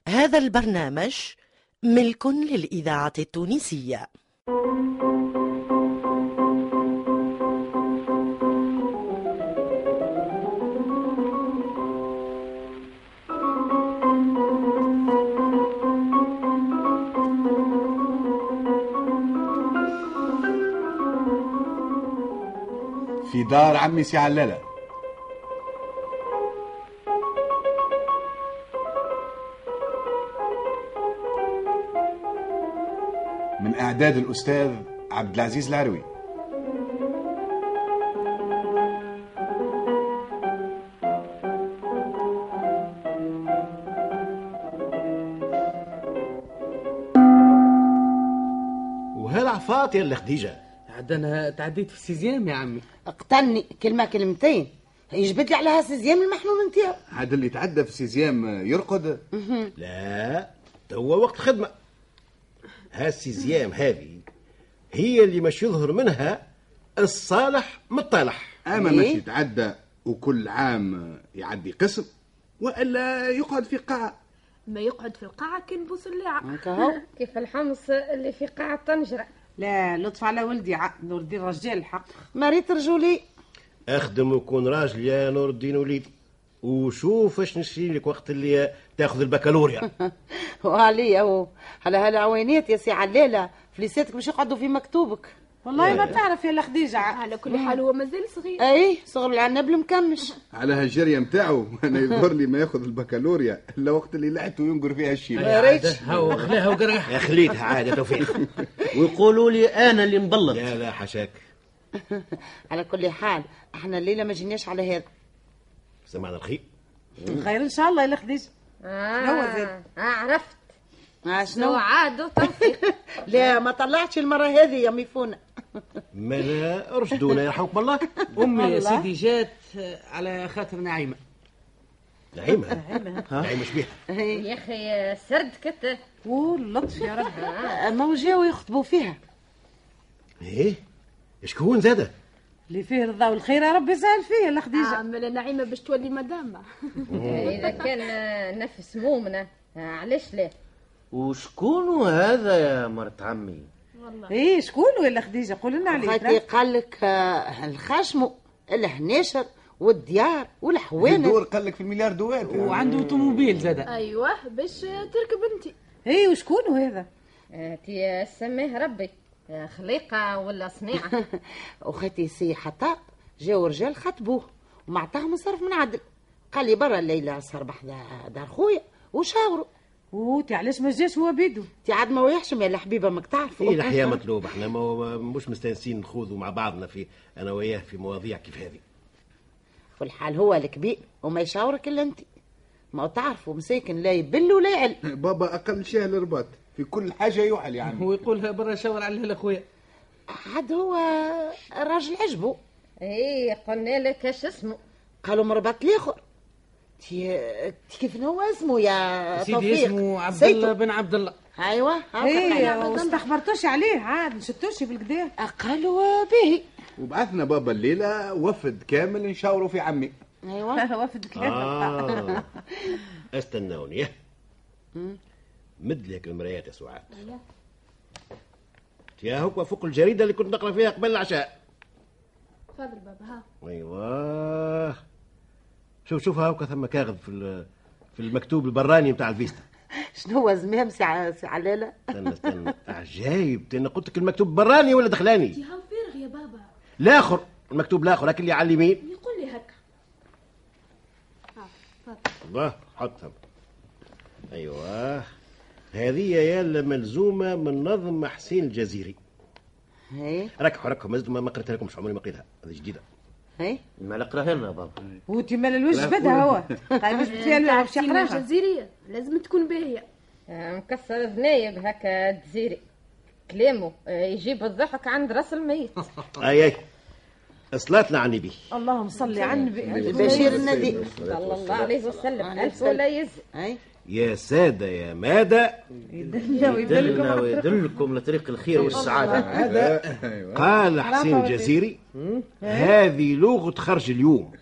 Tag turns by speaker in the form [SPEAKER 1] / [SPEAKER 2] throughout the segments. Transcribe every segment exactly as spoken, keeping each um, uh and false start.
[SPEAKER 1] هذا البرنامج ملك للإذاعة التونسية.
[SPEAKER 2] في دار عمي سي علالة. من إعداد الأستاذ عبد العزيز العروي.
[SPEAKER 3] وهالعفاط يا خديجة،
[SPEAKER 4] عاد تعديت في سيزيام يا عمي.
[SPEAKER 5] اقتلني كلمة كلمتين يجبد لي عليها سيزيام المحنون نتاعو.
[SPEAKER 2] هذا اللي تعدى في سيزيام يرقد؟
[SPEAKER 3] لا، توا وقت خدمة. هالسيزيام هذه هي اللي مش يظهر منها الصالح من الطالح.
[SPEAKER 2] اما مش يتعدى وكل عام يعدي قسم، والا يقعد في قاعة.
[SPEAKER 6] ما يقعد في القاعة كنبوس اللاعة
[SPEAKER 7] كيف الحمص اللي في قاعة طنجرة.
[SPEAKER 8] لا لطف على ولدي عقد نور الدين رجال الحق.
[SPEAKER 5] مريت رجولي
[SPEAKER 3] اخدم وكون راجل يا نور الدين وليدي، وشوف اش نشري لك وقت اللي تاخذ البكالوريا.
[SPEAKER 5] وعليا هو على هالعوينات يا سي علالة فليساتك باش يقعدوا في مكتوبك.
[SPEAKER 8] والله ما تعرف يا خديجة.
[SPEAKER 6] على كل حال هو مازال صغير.
[SPEAKER 5] اي صغر العنب المكمش.
[SPEAKER 2] على هالجريه نتاعو انا يظهر لي ما ياخذ البكالوريا الا وقت اللي لعت وينقر فيها الشيء.
[SPEAKER 4] يا ريت هاو خليها وقرح.
[SPEAKER 3] خليتها عادة توفيق.
[SPEAKER 9] ويقولوا لي انا اللي مبلط.
[SPEAKER 3] لا لا حشاك.
[SPEAKER 5] على كل حال احنا الليله ما جيناش على هذا.
[SPEAKER 3] سمعنا الخير.
[SPEAKER 8] خير ان شاء الله يا خديجة.
[SPEAKER 7] اه
[SPEAKER 8] هو زين.
[SPEAKER 7] اه عرفت
[SPEAKER 5] شنو
[SPEAKER 7] عاد وتوفيق.
[SPEAKER 5] لا ما طلعتش المره هذه يا ميفونه.
[SPEAKER 3] ما لا ارشدونا يرحمكم الله.
[SPEAKER 4] امي يا سيدي جات على خاطر نعيمه.
[SPEAKER 3] نعيمه نعيمه شبيه
[SPEAKER 7] يا اخي سرد كته
[SPEAKER 8] واللطف يا رب.
[SPEAKER 5] ما هو جاوا يخطبوا فيها.
[SPEAKER 3] ايه شكون زاده
[SPEAKER 8] اللي فيه رضا والخير يا رب يسهل فيه يا خديجة.
[SPEAKER 6] عامله نعيمه باش تولي مدامه.
[SPEAKER 7] اذا كان نفس مومنا علاش لا.
[SPEAKER 9] وشكون هذا يا مرت عمي؟
[SPEAKER 6] والله
[SPEAKER 8] ايه شكون يا خديجة قول لنا عليه.
[SPEAKER 5] خاطي قال لك الخشمو الهناشر والديار والحوانت.
[SPEAKER 2] الدور قال لك في المليار دوات يعني.
[SPEAKER 4] وعنده اوتوموبيل زاده.
[SPEAKER 6] ايوه باش تركب انت.
[SPEAKER 8] ايه وشكون هذا؟
[SPEAKER 7] تي سميه ربي خليقه ولا صنيعه.
[SPEAKER 5] وخاتي سي حطاب جاو رجال خطبوه وما عطاهم صرف من عدل. قال لي برا الليله صار بحذا دار خويا وشاوروا.
[SPEAKER 8] وتي علاش ما جاش هو بيدو؟
[SPEAKER 5] تي عاد ما ويحشم يا الحبيبه ماك تعرفوا.
[SPEAKER 3] ايه الحياه مطلوب. احنا ما مش مستانسين نخوضوا مع بعضنا في انا وياه في مواضيع كيف هذه.
[SPEAKER 5] والحال هو الكبير وما يشاورك الا انت. ما تعرفوا مساكن لا يبل ولا يعل.
[SPEAKER 2] بابا اقل شيء الرباط في كل حاجه يوحل يعني.
[SPEAKER 4] هو يقولها برا شاور عليها لاخويا.
[SPEAKER 5] عاد هو الراجل عجبه.
[SPEAKER 7] ايه قلنا لك اش اسمه.
[SPEAKER 5] قالوا مربط الاخر. تي كيف هو اسمه يا
[SPEAKER 4] سيدي
[SPEAKER 5] توفيق؟
[SPEAKER 4] اسمه عبد الله بن عبد الله.
[SPEAKER 5] ايوه
[SPEAKER 8] ايه واستخبرتوش عليه عاد نشتوش بالكدا.
[SPEAKER 5] قالوا به.
[SPEAKER 2] وبعثنا بابا الليله وفد كامل نشاوروا في عمي.
[SPEAKER 5] ايوه
[SPEAKER 8] وفد كامل.
[SPEAKER 3] آه. استنوني مد لك المرايات يا سعاد. يا هو فوق الجريده اللي كنت نقرا فيها قبل العشاء.
[SPEAKER 6] تفضل بابا. ها
[SPEAKER 3] ايوه شوف شوف هاكا ثم كاغذ في في المكتوب البراني بتاع الفيستا.
[SPEAKER 5] شنو هو زمام سي علالة؟
[SPEAKER 3] استنى استنى عجايب. انا قلت لك المكتوب براني ولا دخلاني؟
[SPEAKER 6] انت هاو فارغ يا بابا.
[SPEAKER 3] الاخر المكتوب الاخر لكن اللي على اليمين
[SPEAKER 6] يقول لي هكا. ها تفضل.
[SPEAKER 3] الله حطها. ايوه هذه يا ملزومه من نظم حسين الجزيري.
[SPEAKER 5] هي
[SPEAKER 3] ركحوا ركحوا مازلت ما قريتها لكمش عمري ما قريتها. هذه جديده.
[SPEAKER 5] هي
[SPEAKER 9] ما نقراها لنا بابا.
[SPEAKER 8] وتي مال الوجه بدها هو. طيب باش بتسالوا باش يقراها.
[SPEAKER 6] الجزيريه لازم تكون باهيه.
[SPEAKER 7] مكسر ذنايب هكا تزيري كلامه يجيب الضحك عند راس الميت.
[SPEAKER 3] اي اي صلاتنا على النبي.
[SPEAKER 8] اللهم صل على النبي
[SPEAKER 5] البشير النبي
[SPEAKER 7] صلى الله عليه وسلم. الف ولا يزن.
[SPEAKER 5] اي
[SPEAKER 3] يا سادة يا مادة
[SPEAKER 9] يدلنا ويدلكم لطريق الخير والسعادة.
[SPEAKER 3] هذا قال حسين الجزيري هذه لغة خرج اليوم.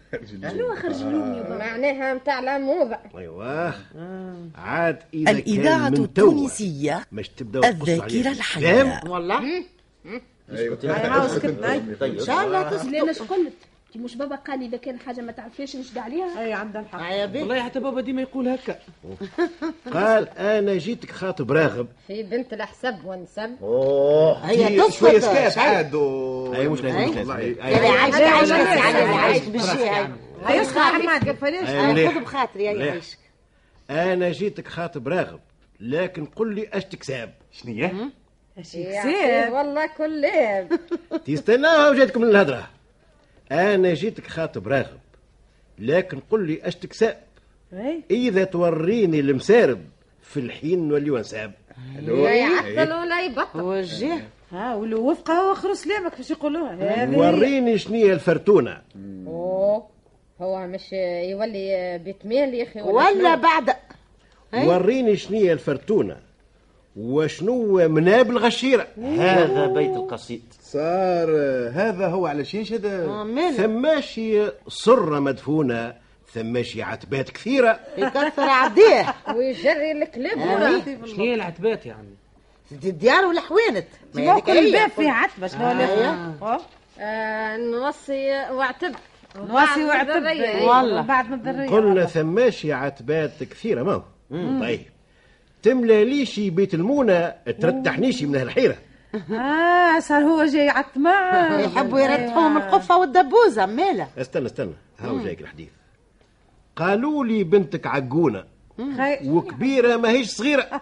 [SPEAKER 6] شنو خرج منهم يا بابا؟
[SPEAKER 7] معناها متاع العموضة.
[SPEAKER 3] ايوه عاد اذا
[SPEAKER 1] الإذاعة
[SPEAKER 3] كان من توا
[SPEAKER 1] التونسية
[SPEAKER 3] مش تبداو تقصوا
[SPEAKER 1] الذاكرة
[SPEAKER 3] عليه
[SPEAKER 1] الحية.
[SPEAKER 3] الكلام.
[SPEAKER 5] والله
[SPEAKER 2] ايوه
[SPEAKER 8] هاو سكتنا
[SPEAKER 5] ان شاء الله
[SPEAKER 6] لا
[SPEAKER 5] تسكت.
[SPEAKER 6] انا قلت كي مش بابا قال لي اذا كان حاجه ما تعرفيش نشد عليها.
[SPEAKER 8] اي عندها الحق.
[SPEAKER 5] يا بنت
[SPEAKER 4] والله حتى بابا ديما يقول هكا.
[SPEAKER 3] قال انا جيتك خاطب راغب.
[SPEAKER 7] في بنت الحسب ونسب.
[SPEAKER 3] اوه
[SPEAKER 5] هي تسكت
[SPEAKER 2] شويه سكات عاد و...
[SPEAKER 3] اي مش لازم مش لازم
[SPEAKER 5] يا عايش عايش عايش بالشيء
[SPEAKER 8] هاي اسمع حماد كيفاش
[SPEAKER 3] أي مليح.
[SPEAKER 5] خذ بخاطري يا
[SPEAKER 3] مليح.
[SPEAKER 5] عايش.
[SPEAKER 3] انا جيتك خاطب راغب لكن قل لي اش تكسب.
[SPEAKER 2] شنية؟
[SPEAKER 7] يعطيه والله كل ليب.
[SPEAKER 3] تستناها وجاتكم من الهدرة. انا جيتك خاطب راغب لكن قل لي اش تكسب.
[SPEAKER 8] اي
[SPEAKER 3] اذا توريني المسارب في الحين نولي ونساب.
[SPEAKER 7] لا يعطل ولا يبطل.
[SPEAKER 5] وجه
[SPEAKER 8] ها ولو وفقه واخر سلامك باش يقولوها هذه.
[SPEAKER 3] وريني شنية الفرتونة.
[SPEAKER 7] اوه هو مش يولي بيت مال يا اخي
[SPEAKER 5] ولا بعد
[SPEAKER 3] وريني شنية الفرتونة وشنو مناب الغشيرة.
[SPEAKER 9] هذا بيت القصيد.
[SPEAKER 2] صار هذا هو على شيش هذا.
[SPEAKER 3] ثماشي صرة مدفونة ثماشي عتبات كثيرة.
[SPEAKER 5] يكثر عديه
[SPEAKER 7] ويجري الكلب.
[SPEAKER 4] شنو هي العتبات يعني؟
[SPEAKER 5] الديار ولا حوانت
[SPEAKER 8] ما كل باب فيه عتبه شنو
[SPEAKER 5] آه.
[SPEAKER 7] آه نوصي واعتب.
[SPEAKER 8] نوصي واعتب
[SPEAKER 5] والله.
[SPEAKER 8] بعد من الذريه.
[SPEAKER 3] قلنا ثماشي عتبات كثيرة ما هو. طيب تملى ليشي بيت المونة ترتحنيشي من هالحيرة.
[SPEAKER 8] اه صار هو جاي على الطمع.
[SPEAKER 5] يحبوا يرتحوا من القفه والدبوزه ماله.
[SPEAKER 3] استنى استنى هاو جايك الحديث. قالوا لي بنتك عقونة وكبيرة ما هيش صغيرة.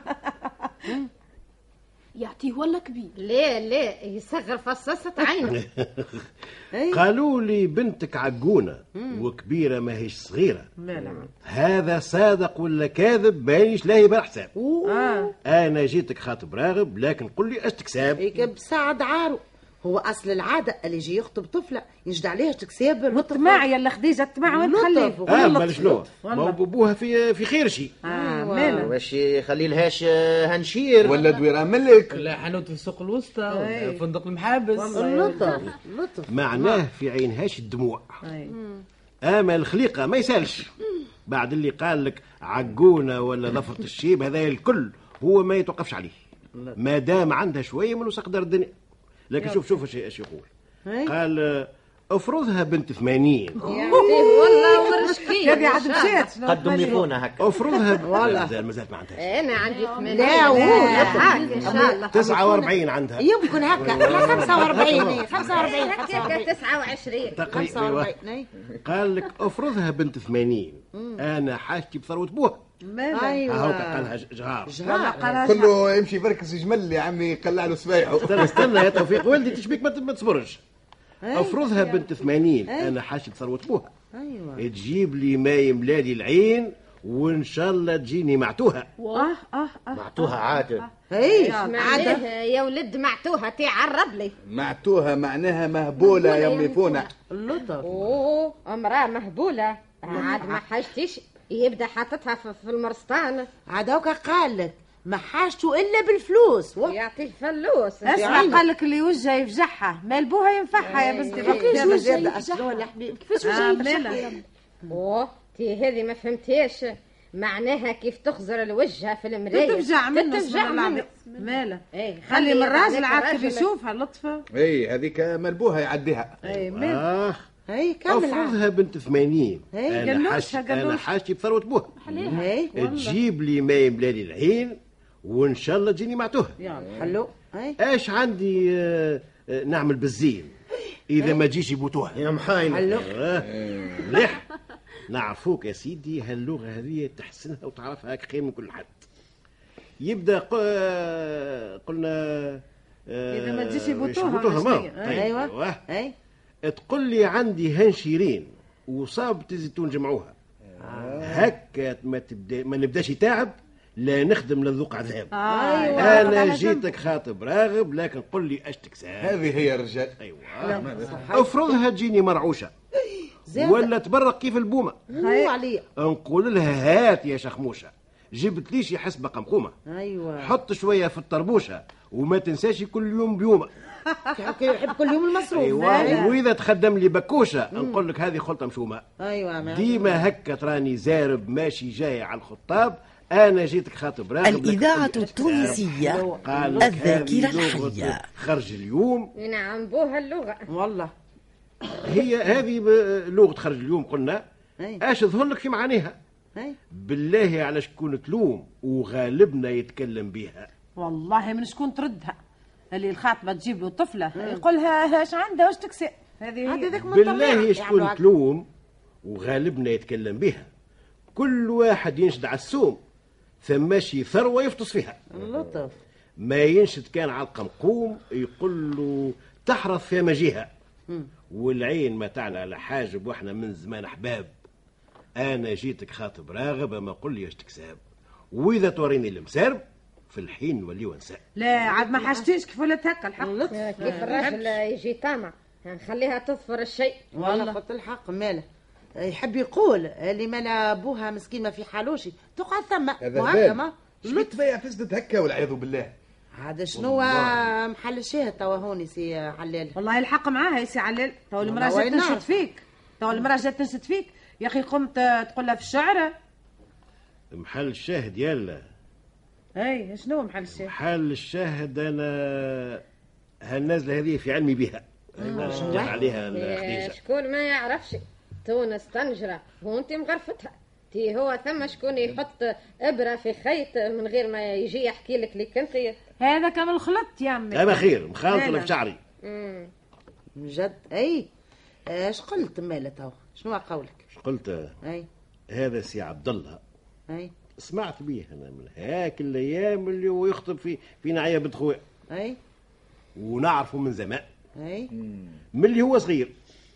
[SPEAKER 6] يعطيه ولا كبير.
[SPEAKER 7] لا لا يصغر فصاصة عينه.
[SPEAKER 3] قالوا لي بنتك عقونة وكبيرة ما هيش صغيرة. هذا صادق ولا كاذب بايش لا يبقى حساب.
[SPEAKER 8] آه.
[SPEAKER 3] انا جيتك خاطب راغب لكن قل لي اش تكسب.
[SPEAKER 5] يكب سعد عارو هو اصل العاده اللي يجي يخطب طفله يجد عليها تكساب
[SPEAKER 8] والطماع يلا خديجه الطماع وين تخليه.
[SPEAKER 3] اه مال شنو ما بوها في في خير شيء.
[SPEAKER 8] اه ماله
[SPEAKER 9] باش يخلي لهاش هنشير
[SPEAKER 2] ولا دويرة ملك
[SPEAKER 4] لا حانوت في السوق الوسطى ولا فندق المحابس.
[SPEAKER 5] لطف لطف
[SPEAKER 3] معناه في عينهاش الدموع. اما الخليقه ما يسالش بعد اللي قال لك عقونه ولا ضفرة الشيب هذا الكل هو ما يتوقفش عليه ما دام عندها شويه من وسق دار الدنيا. لكن شوف شوف ايش يقول. قال افرضها بنت ثمانين.
[SPEAKER 7] يعطيه والله ورشكي.
[SPEAKER 8] هذه عاد مشات
[SPEAKER 9] قدم يفونا هكا.
[SPEAKER 3] افرضها والله مازالت ما عندهاش.
[SPEAKER 7] انا عندي ثمانين.
[SPEAKER 5] لا هو
[SPEAKER 7] ان شاء الله
[SPEAKER 3] تسعة وأربعين عندها.
[SPEAKER 5] يمكن هكا ولا خمسة وأربعين خمسة وأربعين
[SPEAKER 7] هكا تسعة وعشرين
[SPEAKER 3] تقريبا. قال لك افرضها بنت ثمانين انا حاجتي بثروه بوها.
[SPEAKER 5] ايوه
[SPEAKER 3] هاو قالها جهار.
[SPEAKER 2] كله يمشي بركز جمل يا عمي يقلع له سبايعه.
[SPEAKER 3] استنى استنى يا توفيق ولدي تشبيك ما تصبرش. افرضها بنت ثمانين انا حاجتي بثروه بوها.
[SPEAKER 5] ايوه
[SPEAKER 3] تجيب لي ما يملالي العين وان شاء الله تجيني معتوها.
[SPEAKER 8] اه اه اه
[SPEAKER 9] معتوها عادل.
[SPEAKER 5] اي
[SPEAKER 7] معناه يا ولد معتوها تعرب لي.
[SPEAKER 2] معتوها معناها مهبوله يا امي فونا.
[SPEAKER 5] اللطف
[SPEAKER 7] اوه امراه مهبوله عاد ما حاجتيش يبدا حاطتها في المرسطان.
[SPEAKER 5] عاد هكا قال لك ما حاجته الا بالفلوس.
[SPEAKER 7] يعطيه فلوس.
[SPEAKER 8] اسمع قال لك اللي وجهه يفجعها مالبوها ينفعها يا بنتي.
[SPEAKER 5] كيفاش وجهه يفجعها يا حبيبي
[SPEAKER 6] كيفاش وجهه يفجعها؟
[SPEAKER 7] اوه تي هذه ما فهمتيش معناها كيف تخزر الوجه في المرايه.
[SPEAKER 8] تفجع منه
[SPEAKER 7] تفجع منه
[SPEAKER 8] ماله.
[SPEAKER 7] اي
[SPEAKER 8] خلي من الراجل عاد كيف يشوفها لطفه.
[SPEAKER 2] اي هذيك ملبوها يعديها.
[SPEAKER 8] اي ماله.
[SPEAKER 3] آه.
[SPEAKER 5] هي كمل
[SPEAKER 3] افرضها بنت ثمانين
[SPEAKER 5] هي
[SPEAKER 3] انا حاجتي انا حاجتي بثروه بوها.
[SPEAKER 5] هي
[SPEAKER 3] تجيب لي ما يملالي العين وان شاء الله تجيني معتوها.
[SPEAKER 5] حلو هي
[SPEAKER 3] ايش عندي آه آه نعمل بالزين اذا ما تجيش يبوتوها
[SPEAKER 9] يا محاين.
[SPEAKER 5] حلو
[SPEAKER 3] مليح. نعرفوك يا سيدي هاللغه هذه تحسنها وتعرفها خير من كل حد. يبدا قلنا آه
[SPEAKER 8] اذا ما تجيش يبوتوها.
[SPEAKER 3] طيب.
[SPEAKER 5] ايوه اي
[SPEAKER 3] تقول لي عندي هنشيرين وصاب تزيتون جمعوها. آه. هكا ما تبدا ما نبداش يتعب لا نخدم للذوق عذاب.
[SPEAKER 5] آه.
[SPEAKER 3] انا جيتك خاطب راغب لكن قل لي اش تكسب.
[SPEAKER 2] هذه هي الرجال.
[SPEAKER 3] ايوه افرضها تجيني مرعوشه ولا تبرق كيف البومه.
[SPEAKER 5] هو عليا
[SPEAKER 3] نقول لها هات يا شخموشه جبت ليش حسبه قمقومه.
[SPEAKER 5] ايوه
[SPEAKER 3] حط شويه في الطربوشه وما تنساش كل يوم بيومه.
[SPEAKER 5] يحب كل يوم المصروف.
[SPEAKER 3] ايوه واذا تخدم لي بكوشه نقول لك هذه خلطه مشومه.
[SPEAKER 5] ايوه
[SPEAKER 3] ديما هكا تراني زارب ماشي جاي على الخطاب. انا جيتك خاطب راغب.
[SPEAKER 1] الإذاعة التونسية الذاكرة الحية.
[SPEAKER 3] خرج اليوم.
[SPEAKER 7] نعم بوها اللغة
[SPEAKER 5] والله
[SPEAKER 3] هي هذه لغة خرج اليوم قلنا. اش ظهر لك في معانيها؟ بالله على شكون تلوم وغالبنا يتكلم بها.
[SPEAKER 8] والله من شكون تردها؟ اللي الخاطبه تجيب له طفله يقولها اش عندها واش تكسي. هذه هي
[SPEAKER 3] بالله شكون تلوم وغالبنا يتكلم بها. كل واحد ينشد على السوم ثم شي ثروه يفطس فيها.
[SPEAKER 5] اللطف
[SPEAKER 3] ما ينشد كان على القمقوم يقول له تحرث في مجيها. والعين ما تعلى على حاجب واحنا من زمان احباب. انا جيتك خاطب راغب ما قل لي اش تكسب واذا توريني المسارب في الحين نولي ونسى.
[SPEAKER 8] لا عاد ما حاجتيش كيف ولات هكا الحق.
[SPEAKER 7] كيف الراجل يجي طامع نخليها تظفر الشيء.
[SPEAKER 5] والله قلت الحق ماله يحب يقول اللي مالا ابوها مسكين ما في حالوش تقعد ثم
[SPEAKER 2] وهكا ما شفت بيا فزدت هكا والعياذ بالله.
[SPEAKER 5] هذا شنو محل الشاهد توا هوني سي علال.
[SPEAKER 8] والله الحق معاها يا سي علال. تو المراه جات تنشد فيك. تو المراه جات تنشد فيك يا اخي قمت تقول لها في الشعر.
[SPEAKER 3] محل الشاهد يلا.
[SPEAKER 8] اي شنو محل الشاهد؟
[SPEAKER 3] محل الشاهد انا هالنازله هذه في علمي بها. جات عليها الخديجه.
[SPEAKER 7] شكون ما يعرفش تونس طنجره وانت مغرفتها. تي هو ثم شكون يحط ابره في خيط من غير ما يجي يحكي لك لك انت.
[SPEAKER 8] هذا كان الخلط يا امي.
[SPEAKER 3] انا خير مخالطه في شعري.
[SPEAKER 5] امم جد اي ايش قلت ماله تو شنو قولك؟
[SPEAKER 3] ايش قلت؟
[SPEAKER 5] اي
[SPEAKER 3] هذا سي عبد الله.
[SPEAKER 5] اي
[SPEAKER 3] سمعت بيه انا من هاك الايام اللي هو يخطب في في نعيه بنت خويا.
[SPEAKER 5] اي
[SPEAKER 3] ونعرفه من زمان.
[SPEAKER 5] اي
[SPEAKER 3] من اللي هو صغير.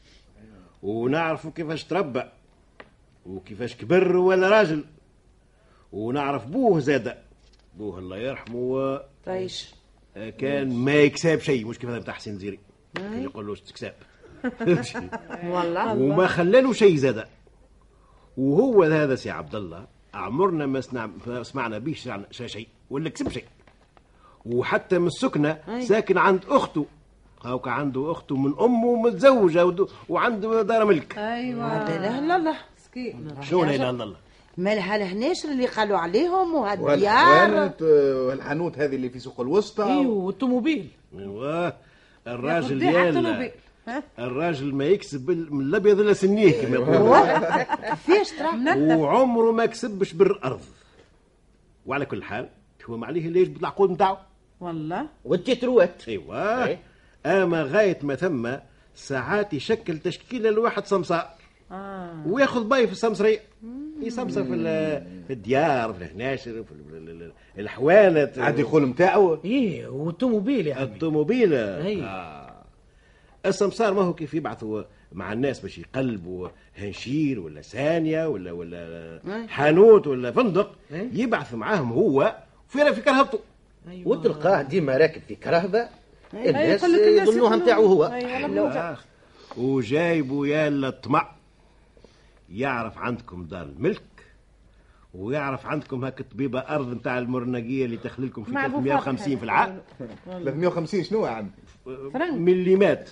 [SPEAKER 3] ونعرفه كيفاش تربى وكيفاش كبر ولا راجل. ونعرف بوه زاد بوه الله يرحمه
[SPEAKER 5] طيش
[SPEAKER 3] كان ما يكسب شيء مش كيف بتاع حسين زيري كان يقول له تكسب
[SPEAKER 5] والله
[SPEAKER 3] وما خلاله شيء زاد. وهو هذا سي عبد الله عمرنا ما سمعنا به شيء ولا كسب شيء. وحتى من السكنه ساكن عند اخته هاوك عنده اخته من امه متزوجه وعنده دار ملك.
[SPEAKER 8] ايوه
[SPEAKER 5] لا اله الا الله
[SPEAKER 8] مسكين.
[SPEAKER 3] شو لا اله الا الله.
[SPEAKER 5] مالها الهناشر اللي قالوا عليهم وهالديار
[SPEAKER 2] والحانوت هذه اللي في سوق الوسطى.
[SPEAKER 4] ايوه والطوموبيل.
[SPEAKER 3] ايوه الراجل يالا الراجل ما يكسب من الابيض الا سنيه كما يقولوا.
[SPEAKER 5] كيفاش ترى
[SPEAKER 3] وعمره ما كسبش بالارض. وعلى كل حال هو ما عليه اللي يجبد العقود نتاعو.
[SPEAKER 8] والله
[SPEAKER 9] والتتروات.
[SPEAKER 3] ايوه أي. اما غايه ما ثم ساعات يشكل تشكيله لواحد سمسار.
[SPEAKER 8] آه.
[SPEAKER 3] وياخذ باي في السمسريه يسمسر في في الديار في الهناشر في الحوانت
[SPEAKER 2] عاد يقول نتاعو.
[SPEAKER 4] ايه والطوموبيل يا عمي.
[SPEAKER 3] الطوموبيل. آه. السمسار ما هو كيف يبعثوا مع الناس باش يقلبوا هنشير ولا ثانيه ولا ولا حانوت ولا فندق يبعث معاهم هو في في كرهبته.
[SPEAKER 9] أيوة. وتلقاه ديما راكب في كرهبه الناس يظنوها نتاعو هو.
[SPEAKER 3] أيوة. وجايبوا يالا الطمع يعرف عندكم دار الملك ويعرف عندكم هاك طبيبه ارض نتاع المرنقيه اللي تخلي لكم في ثلاثمائة وخمسين في العام.
[SPEAKER 2] ثلاثمائة وخمسين شنو يا عم؟
[SPEAKER 3] مليمات.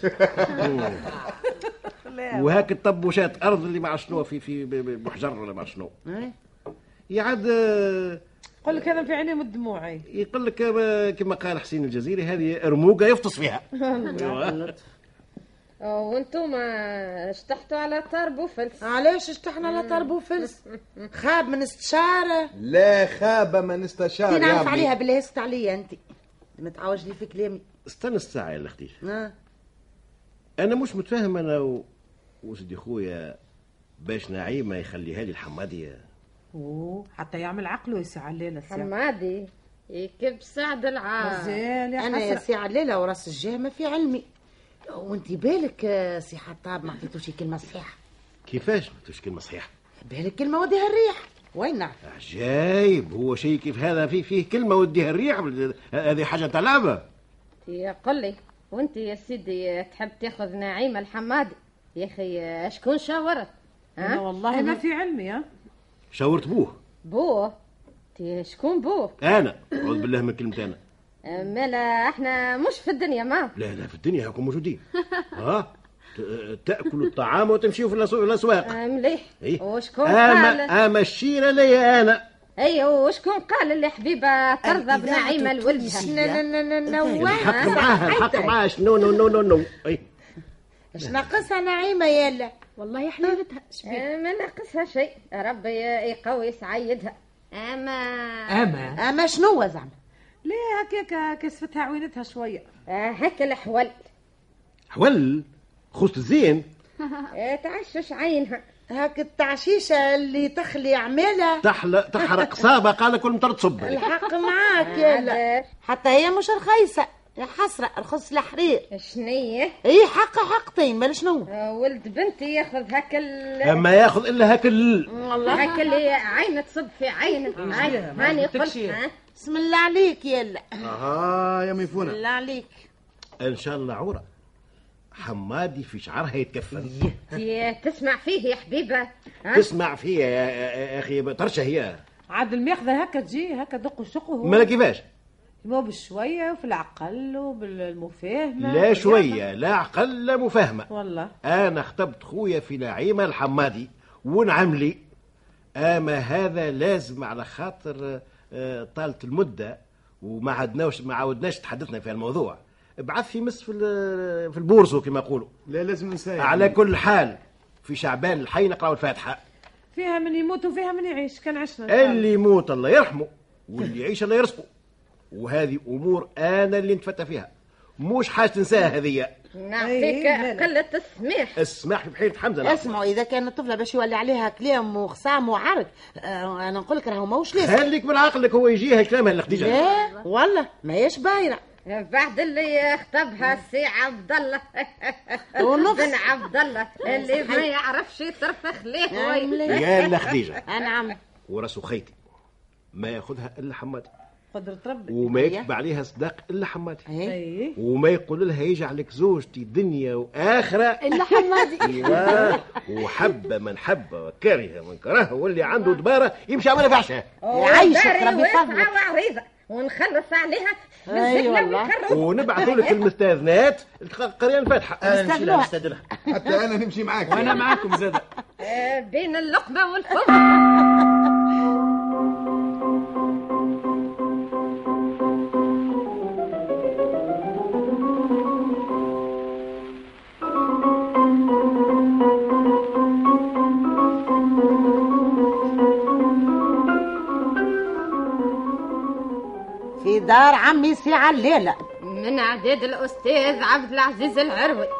[SPEAKER 3] وهاك الطبوشات ارض اللي مع شنو في في بحجر ولا مع شنو. يعد
[SPEAKER 8] يقول لك هذا في عينيهم الدموع.
[SPEAKER 3] يقول لك كما قال حسين الجزيري هذه ارموقه يفطس فيها.
[SPEAKER 7] وانتم اشتحتوا على طرب وفلس.
[SPEAKER 5] علاش اشتحنا على طرب وفلس؟ خاب من استشاره.
[SPEAKER 2] لا خاب من استشاره يا
[SPEAKER 5] نعرف عليها بالله اسكت عليا انت ما تعاوج لي في كلامي.
[SPEAKER 3] استنى الساعه يا اختي.
[SPEAKER 5] آه.
[SPEAKER 3] انا مش متفاهم انا و... وسيدي خويا باش نعيمه يخليها لي الحماديه.
[SPEAKER 8] اوه حتى يعمل عقله يا سي علالة.
[SPEAKER 7] حمادي يكب سعد العام.
[SPEAKER 8] زين يا
[SPEAKER 5] انا يا سي علالة وراس الجاه ما في علمي. وانت بالك سي حطاب ما عطيتوش كلمه صحيحه.
[SPEAKER 3] كيفاش ما عطيتوش كلمه صحيحه؟
[SPEAKER 5] بالك كلمه وديها الريح وين نعرف.
[SPEAKER 3] عجايب هو شيء كيف هذا فيه فيه كلمه وديها الريح هذه حاجه تاع لعبه.
[SPEAKER 7] يقول لي وانت يا سيدي تحب تاخذ نعيمه الحمادي يا اخي شكون شاورت؟
[SPEAKER 8] ها والله ما في علمي. ها
[SPEAKER 3] شاورت بوه.
[SPEAKER 7] بوه تي شكون بوه؟
[SPEAKER 3] انا اعوذ بالله من كلمه انا.
[SPEAKER 7] مالا احنا مش في الدنيا ما
[SPEAKER 3] لا لا في الدنيا هاكم موجودين. ها تاكلوا الطعام وتمشيوا في الاسواق.
[SPEAKER 7] مليح.
[SPEAKER 3] إيه؟
[SPEAKER 7] وشكون
[SPEAKER 3] أما
[SPEAKER 7] قال
[SPEAKER 3] اما الشيره لي انا.
[SPEAKER 7] ايوه وشكون قال اللي حبيبه ترضى بنعيمه لولدها؟
[SPEAKER 5] لا لا لا لا
[SPEAKER 3] الحق معاها الحق معاها نو نو نو نو نو. اي
[SPEAKER 5] اش ناقصها نعيمه يلا؟
[SPEAKER 6] والله حليلتها
[SPEAKER 7] آه ما ناقصها شيء، ربي يقوي سعيدها. اما
[SPEAKER 4] اما
[SPEAKER 5] اما شنو زعما؟
[SPEAKER 8] ليه هكاك كسفتها عوينتها شويه.
[SPEAKER 7] آه هكا الحول
[SPEAKER 3] حول خص الزين.
[SPEAKER 7] آه تعشش عينها
[SPEAKER 5] هاك التعشيشه اللي تخلي عمالة
[SPEAKER 3] تحل تحرق صابه قال كل مطر تصب.
[SPEAKER 5] الحق معاك يلا، حتى هي مش رخيصه يا حسره، رخص الحرير.
[SPEAKER 7] شنية؟
[SPEAKER 5] اي حق حقتين مال شنو؟
[SPEAKER 7] آه ولد بنتي ياخذ هكا
[SPEAKER 3] اما ياخذ الا هكا
[SPEAKER 7] والله هكا اللي عينه تصب في عينه. هاني قلت
[SPEAKER 5] بسم الله عليك يلا.
[SPEAKER 2] اها يا ميفونه
[SPEAKER 5] بسم الله عليك.
[SPEAKER 3] ان شاء الله عوره حمادي في شعرها يتكفل.
[SPEAKER 7] تسمع فيه يا حبيبه؟
[SPEAKER 3] تسمع فيه يا اخي ترشا هي
[SPEAKER 8] عاد الميخذه هكا تجي هكا دق الشق وهو
[SPEAKER 3] مالا كيفاش؟
[SPEAKER 8] مو بالشويه وفي العقل وبالمفاهمه.
[SPEAKER 3] لا شويه لا عقل لا مفاهمه.
[SPEAKER 8] والله
[SPEAKER 3] انا خطبت خويا في نعيمه الحمادي ونعملي، اما هذا لازم على خاطر طالت المده وما عدناش ما عاودناش تحدثنا في الموضوع. ابعث في مس في في البورصه كما يقولوا.
[SPEAKER 2] لا لازم نساعد.
[SPEAKER 3] على كل حال في شعبان الحي نقراو الفاتحه.
[SPEAKER 8] فيها من يموت وفيها من يعيش، كان عشنا.
[SPEAKER 3] اللي يموت الله يرحمه واللي يعيش الله يرزقه، وهذه امور انا اللي نتفتى فيها مش حاجه تنساها هذه.
[SPEAKER 7] نعطيك قله السماح.
[SPEAKER 3] السماح بحيرة حمزه.
[SPEAKER 5] اسمعوا اذا كان الطفله باش يولي عليها كلام وخصام وعرق، آه انا نقول لك راهو ماهوش لازم.
[SPEAKER 3] خليك من عقلك هو يجيها كلامها اللي خديجه.
[SPEAKER 5] لا والله ما هيش بايره.
[SPEAKER 7] بعد اللي خطبها السي عبد الله بن عبد الله اللي ما يعرفش يترفخ ليه.
[SPEAKER 3] يا لا خديجه
[SPEAKER 5] نعم
[SPEAKER 3] وراسو خيتي ما ياخذها الا حمادي،
[SPEAKER 8] قدرة ربي،
[SPEAKER 3] وما يكتب عليها صداق الا حمادي،
[SPEAKER 8] اي
[SPEAKER 3] وما يقول لها يجعلك زوجتي دنيا واخره
[SPEAKER 6] الا حمادي.
[SPEAKER 3] ايوه وحب من حب وكره من كره، واللي عنده دباره يمشي عملها بعشها.
[SPEAKER 5] يعيشك ربي يفضلك.
[SPEAKER 7] وعريضه ونخلص عليها
[SPEAKER 5] اي والله،
[SPEAKER 3] ونبعثوا لك المستاذنات قريان الفاتحه.
[SPEAKER 9] انا نستدلها
[SPEAKER 2] حتى انا نمشي معاك
[SPEAKER 4] وانا معاكم زاد.
[SPEAKER 7] بين اللقمه والفم.
[SPEAKER 5] في دار عمي سي عليلة
[SPEAKER 7] من عداد الأستاذ عبد العزيز العروي.